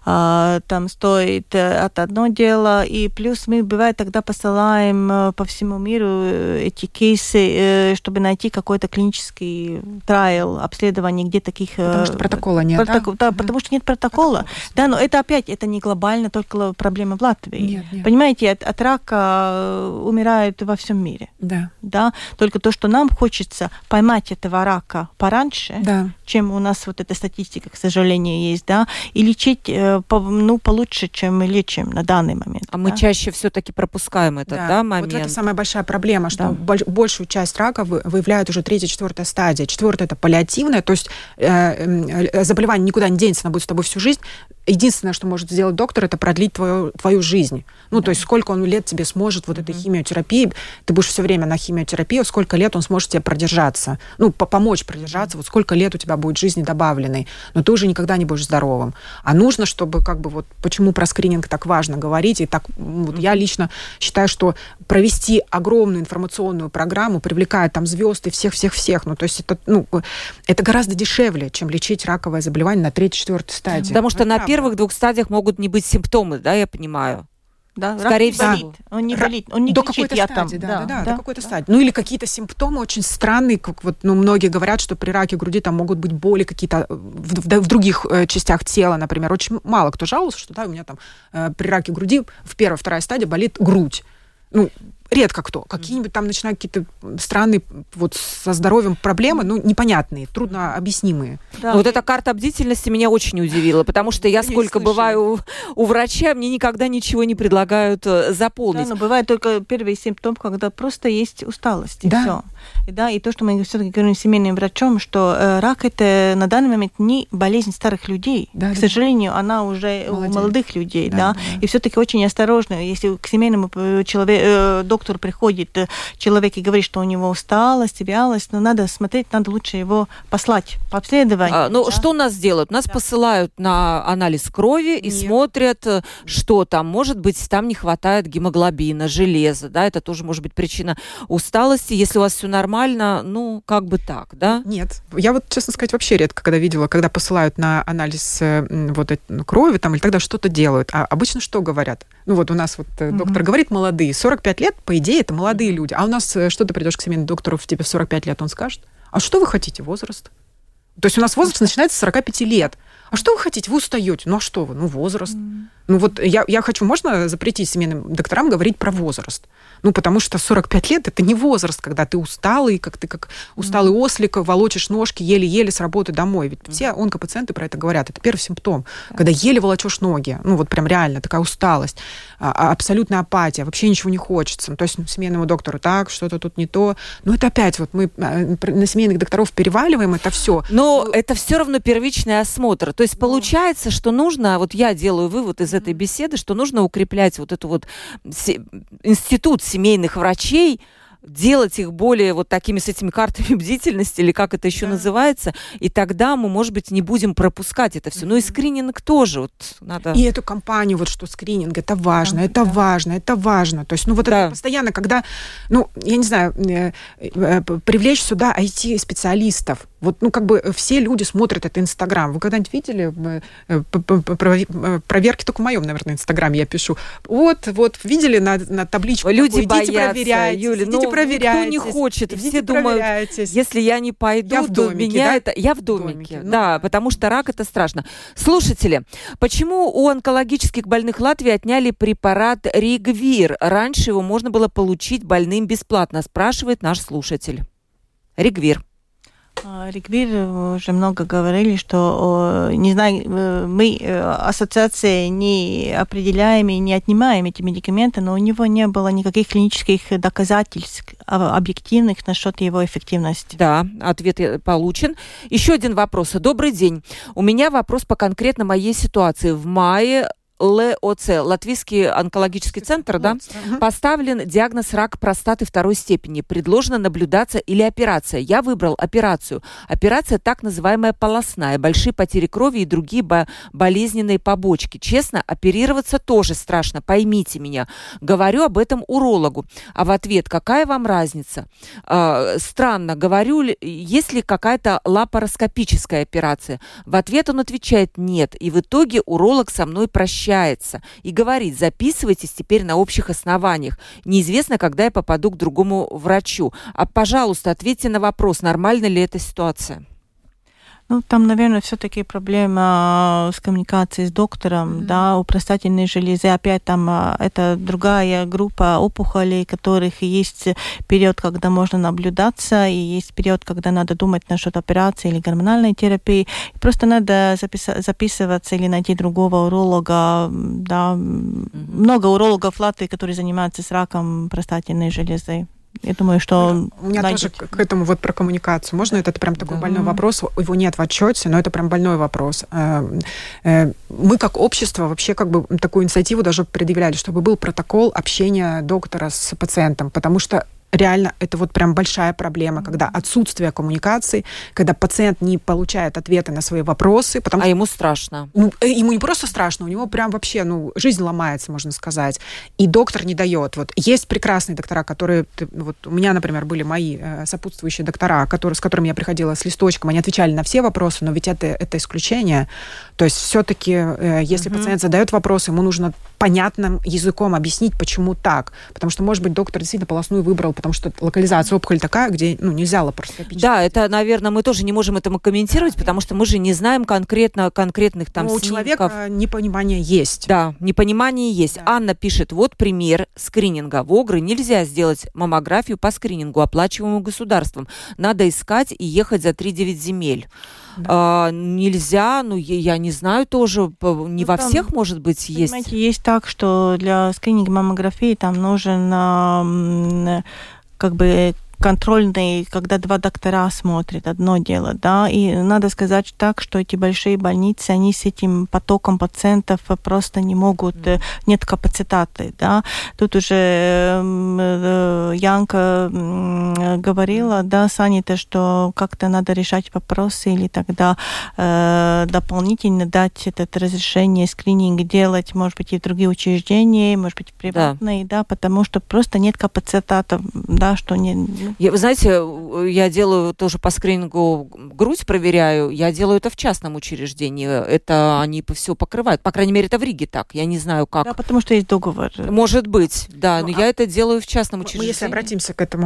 Speaker 4: там стоит от одно дело, и плюс мы, бывает, тогда посылаем по всему миру эти кейсы, чтобы найти какой-то клинический трайл, обследование, где таких...
Speaker 5: Потому что протокола нет,
Speaker 4: да, потому что нет протокола. Да, но это опять, это не глобально, только проблема в Латвии.
Speaker 5: Нет.
Speaker 4: Понимаете, от рака умирают во всем мире. Да, только то, что нам хочется поймать этого рака пораньше, чем у нас вот эта статистика, к сожалению, есть, да, и лечить получше, чем мы лечим на данный момент.
Speaker 2: А мы чаще все-таки пропускаем этот момент.
Speaker 5: Вот это самая большая проблема, что большую часть рака выявляют уже 3-4 стадия. 4 это паллиативная, то есть заболевание никуда не денется, оно будет с тобой всю жизнь. Единственное, что может сделать доктор, это продлить твою жизнь. Ну, то есть сколько он лет тебе сможет вот этой химиотерапии, ты будешь все время на химиотерапии, сколько лет он сможет тебе продержаться, помочь продержаться, вот сколько лет у тебя будет жизни добавленной, но ты уже никогда не будешь здоровым. А нужно, чтобы почему про скрининг так важно говорить, и так я лично считаю, что провести огромную информационную программу, привлекая там звезд и всех, то есть это гораздо дешевле, чем лечить раковое заболевание на 3-4 стадии.
Speaker 2: Потому что на первых 2 стадиях могут не быть симптомы, да, я понимаю.
Speaker 4: Да,
Speaker 2: скорее всего.
Speaker 4: Он не болит, он не
Speaker 5: до
Speaker 4: кричит,
Speaker 5: какой-то
Speaker 4: я
Speaker 5: стадии,
Speaker 4: там.
Speaker 5: до какой-то стадии. Или какие-то симптомы очень странные, как многие говорят, что при раке груди там могут быть боли какие-то в других частях тела, например. Очень мало кто жаловался, что у меня там при раке груди в 1-2 стадия болит грудь. Редко кто. Какие-нибудь там начинают какие-то странные со здоровьем проблемы, непонятные, трудно объяснимые.
Speaker 2: Да. Вот эта карта бдительности меня очень удивила, потому что я сколько бываю у врача, мне никогда ничего не предлагают заполнить.
Speaker 4: Да, но бывает только первый симптом, когда просто есть усталость, и все. И то, что мы все-таки говорим семейным врачом, что рак это на данный момент не болезнь старых людей. К сожалению, она уже у молодых людей. И все-таки очень осторожно, если к семейному доктору приходит человек и говорит, что у него усталость, вялость, но надо смотреть, надо лучше его послать по обследованию.
Speaker 2: Что у нас делают? Нас посылают на анализ крови и смотрят, что там. Может быть, там не хватает гемоглобина, железа, да, это тоже может быть причина усталости. Если у вас все нормально, так, да?
Speaker 5: Нет. Я честно сказать, вообще редко, когда посылают на анализ крови там, или тогда что-то делают. А обычно что говорят? У нас доктор говорит, молодые, 45 лет, по идее, это молодые люди. А у нас что ты придешь к семейному доктору, тебе в 45 лет, он скажет, а что вы хотите, возраст? То есть у нас возраст начинается с 45 лет. А что вы хотите? Вы устаете. А что вы? Возраст. Я хочу, можно запретить семейным докторам говорить про возраст? Потому что 45 лет – это не возраст, когда ты усталый, как усталый ослик, волочишь ножки еле-еле с работы домой. Ведь все онкопациенты про это говорят. Это первый симптом, когда еле волочешь ноги. Прям реально такая усталость, абсолютная апатия, вообще ничего не хочется. То есть семейному доктору так, что-то тут не то. Это опять мы на семейных докторов переваливаем это все.
Speaker 2: Но это все равно первичный осмотр. То есть получается, что нужно, я делаю вывод из этой беседы, что нужно укреплять эту институт семейных врачей, делать их более такими с этими картами бдительности, или как это еще называется, и тогда мы, может быть, не будем пропускать это все. И скрининг тоже надо...
Speaker 5: И эту кампанию, что скрининг, это важно, это важно, это важно. То есть, это постоянно, когда, я не знаю, привлечь сюда IT-специалистов. Все люди смотрят это Инстаграм. Вы когда-нибудь видели проверки? Только в моем, наверное, Инстаграме я пишу. Видели на табличку?
Speaker 2: Люди
Speaker 5: боятся,
Speaker 2: проверяйте, Юля,
Speaker 5: проверяйте.
Speaker 2: Никто не хочет. Все думают, если я не пойду, то меня это... Я в домике, да, потому что рак это страшно. Слушатели, почему у онкологических больных Латвии отняли препарат Ригвир? Раньше его можно было получить больным бесплатно, спрашивает наш слушатель. Ригвир.
Speaker 4: Ригвир уже много говорили, что, не знаю, мы, ассоциация, не определяем и не отнимаем эти медикаменты, но у него не было никаких клинических доказательств объективных насчет его эффективности.
Speaker 2: Да, ответ получен. Еще один вопрос. Добрый день. У меня вопрос по конкретно моей ситуации. В мае ЛОЦ, Латвийский онкологический центр, да? Поставлен диагноз рак простаты 2 степени. Предложено наблюдаться или операция. Я выбрал операцию. Операция так называемая полостная. Большие потери крови и другие болезненные побочки. Честно, оперироваться тоже страшно, поймите меня. Говорю об этом урологу. А в ответ, какая вам разница? Странно, говорю, есть ли какая-то лапароскопическая операция? В ответ он отвечает нет. И в итоге уролог со мной прощается и говорит, записывайтесь теперь на общих основаниях. Неизвестно, когда я попаду к другому врачу. А, пожалуйста, ответьте на вопрос, нормальна ли эта ситуация?
Speaker 4: Ну, там, наверное, все-таки проблема с коммуникацией с доктором, да, у простатинной железы. Опять там это другая группа опухолей, которых есть период, когда можно наблюдаться, и есть период, когда надо думать насчет операции или гормональной терапии. И просто надо записываться или найти другого уролога. Да. Много урологов в Латвии, которые занимаются с раком простатинной железы. Я думаю, что...
Speaker 5: У меня тоже к этому вот про коммуникацию. Можно? Это прям такой больной вопрос. Его нет в отчете, но это прям больной вопрос. Мы как общество вообще как бы такую инициативу даже предъявляли, чтобы был протокол общения доктора с пациентом, потому что реально это вот прям большая проблема, когда отсутствие коммуникации, когда пациент не получает ответы на свои вопросы.
Speaker 2: А ему страшно.
Speaker 5: Ему не просто страшно, у него прям вообще, жизнь ломается, можно сказать. И доктор не дает. Вот есть прекрасные доктора, которые... Вот у меня, например, были мои сопутствующие доктора, с которыми я приходила с листочком, они отвечали на все вопросы, но ведь это исключение. То есть все-таки, если пациент задает вопрос, ему нужно понятным языком объяснить, почему так. Потому что, может быть, доктор действительно полостную выбрал, потому что локализация опухоли такая, где нельзя лапароскопически.
Speaker 2: Да, это, наверное, мы тоже не можем это комментировать, потому что мы же не знаем конкретных там снимков.
Speaker 5: У человека непонимание есть.
Speaker 2: Да, непонимание есть. Да. Анна пишет, вот пример скрининга. В Огры нельзя сделать маммографию по скринингу, оплачиваемому государством. Надо искать и ехать за 3-9 земель. Да. Нельзя, я не знаю тоже, не во всех, может быть, есть.
Speaker 4: Понимаете, есть так, что для скрининга маммографии там нужен как бы контрольный, когда 2 доктора смотрят, одно дело, да, и надо сказать так, что эти большие больницы, они с этим потоком пациентов просто не могут, нет капацитета, да. Тут уже Янка говорила, да, Санита, что как-то надо решать вопросы или тогда дополнительно дать это разрешение скрининг делать, может быть, и в другие учреждения, может быть, приватные, да, потому что просто нет капацитета, да, что не...
Speaker 2: Вы знаете, я делаю тоже по скринингу грудь проверяю, я делаю это в частном учреждении. Это они все покрывают. По крайней мере, это в Риге так. Я не знаю, как.
Speaker 4: Да, потому что есть договор.
Speaker 2: Может быть, да. Но я это делаю в частном учреждении.
Speaker 5: Мы, если обратимся к этому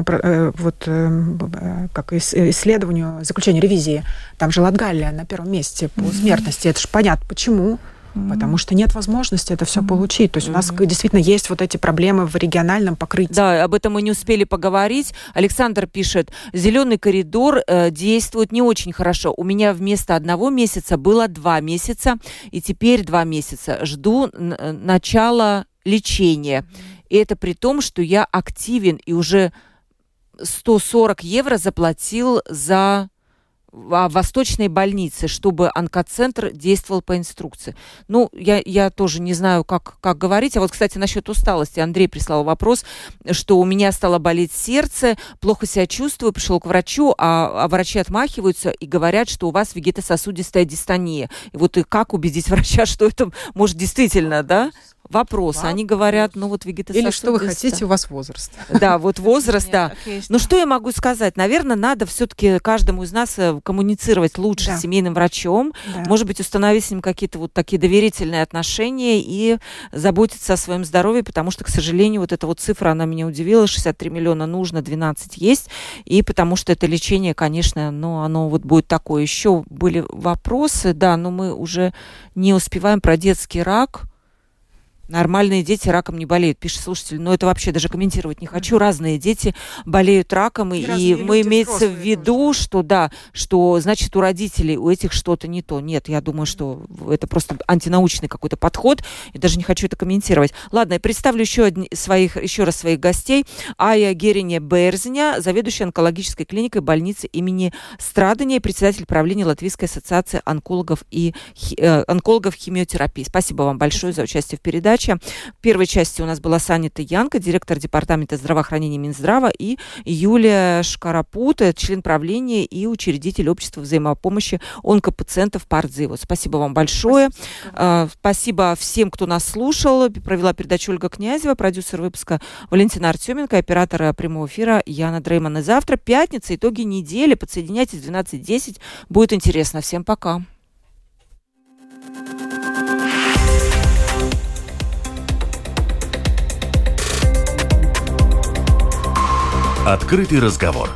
Speaker 5: как исследованию, заключению ревизии, там же Латгалия на первом месте по смертности. Это же понятно, почему. Потому что нет возможности это все получить. То есть у нас действительно есть вот эти проблемы в региональном покрытии.
Speaker 2: Да, об этом мы не успели поговорить. Александр пишет, зеленый коридор действует не очень хорошо. У меня вместо 1 месяца было 2 месяца, и теперь 2 месяца. Жду начала лечения. И это при том, что я активен и уже 140 евро заплатил за... в восточной больнице, чтобы онкоцентр действовал по инструкции. Я тоже не знаю, как говорить. А вот, кстати, насчет усталости. Андрей прислал вопрос, что у меня стало болеть сердце, плохо себя чувствую, пришел к врачу, а врачи отмахиваются и говорят, что у вас вегетососудистая дистония. И вот как убедить врача, что это может действительно, да? Вопрос. Они говорят, вегетососудистая.
Speaker 5: Или что вы хотите, у вас возраст.
Speaker 2: Да, вот возраст, да. Что я могу сказать? Наверное, надо все-таки каждому из нас коммуницировать лучше с семейным врачом. Да. Может быть, установить с ним какие-то вот такие доверительные отношения и заботиться о своем здоровье, потому что, к сожалению, вот эта вот цифра, она меня удивила. 63 миллиона нужно, 12 есть. И потому что это лечение, конечно, оно вот будет такое. Еще были вопросы, да, но мы уже не успеваем про детский рак. Нормальные дети раком не болеют, пишет слушатель. Но это вообще даже комментировать не хочу. Разные дети болеют раком, и мы имеется в виду, что да, что значит у родителей у этих что-то не то. Нет, я думаю, что это просто антинаучный какой-то подход, и даже не хочу это комментировать. Ладно, я представлю еще раз своих гостей. Ая Гериня-Берзня, заведующая онкологической клиникой больницы имени Страдания, председатель правления Латвийской ассоциации онкологов химиотерапии. Спасибо вам большое за участие в передаче. В первой части у нас была Санита Янка, директор департамента здравоохранения Минздрава, и Юлия Шкарапута, член правления и учредитель общества взаимопомощи онкопациентов Пардзивус. Спасибо вам большое. Спасибо всем, кто нас слушал. Провела передачу Ольга Князева, продюсер выпуска Валентина Артеменко, оператор прямого эфира Яна Дрейман. И завтра, пятница, итоги недели. Подсоединяйтесь в 12:10. Будет интересно. Всем пока.
Speaker 1: Открытый разговор.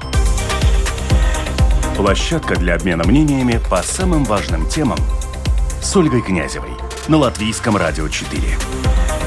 Speaker 1: Площадка для обмена мнениями по самым важным темам с Ольгой Князевой на Латвийском радио 4.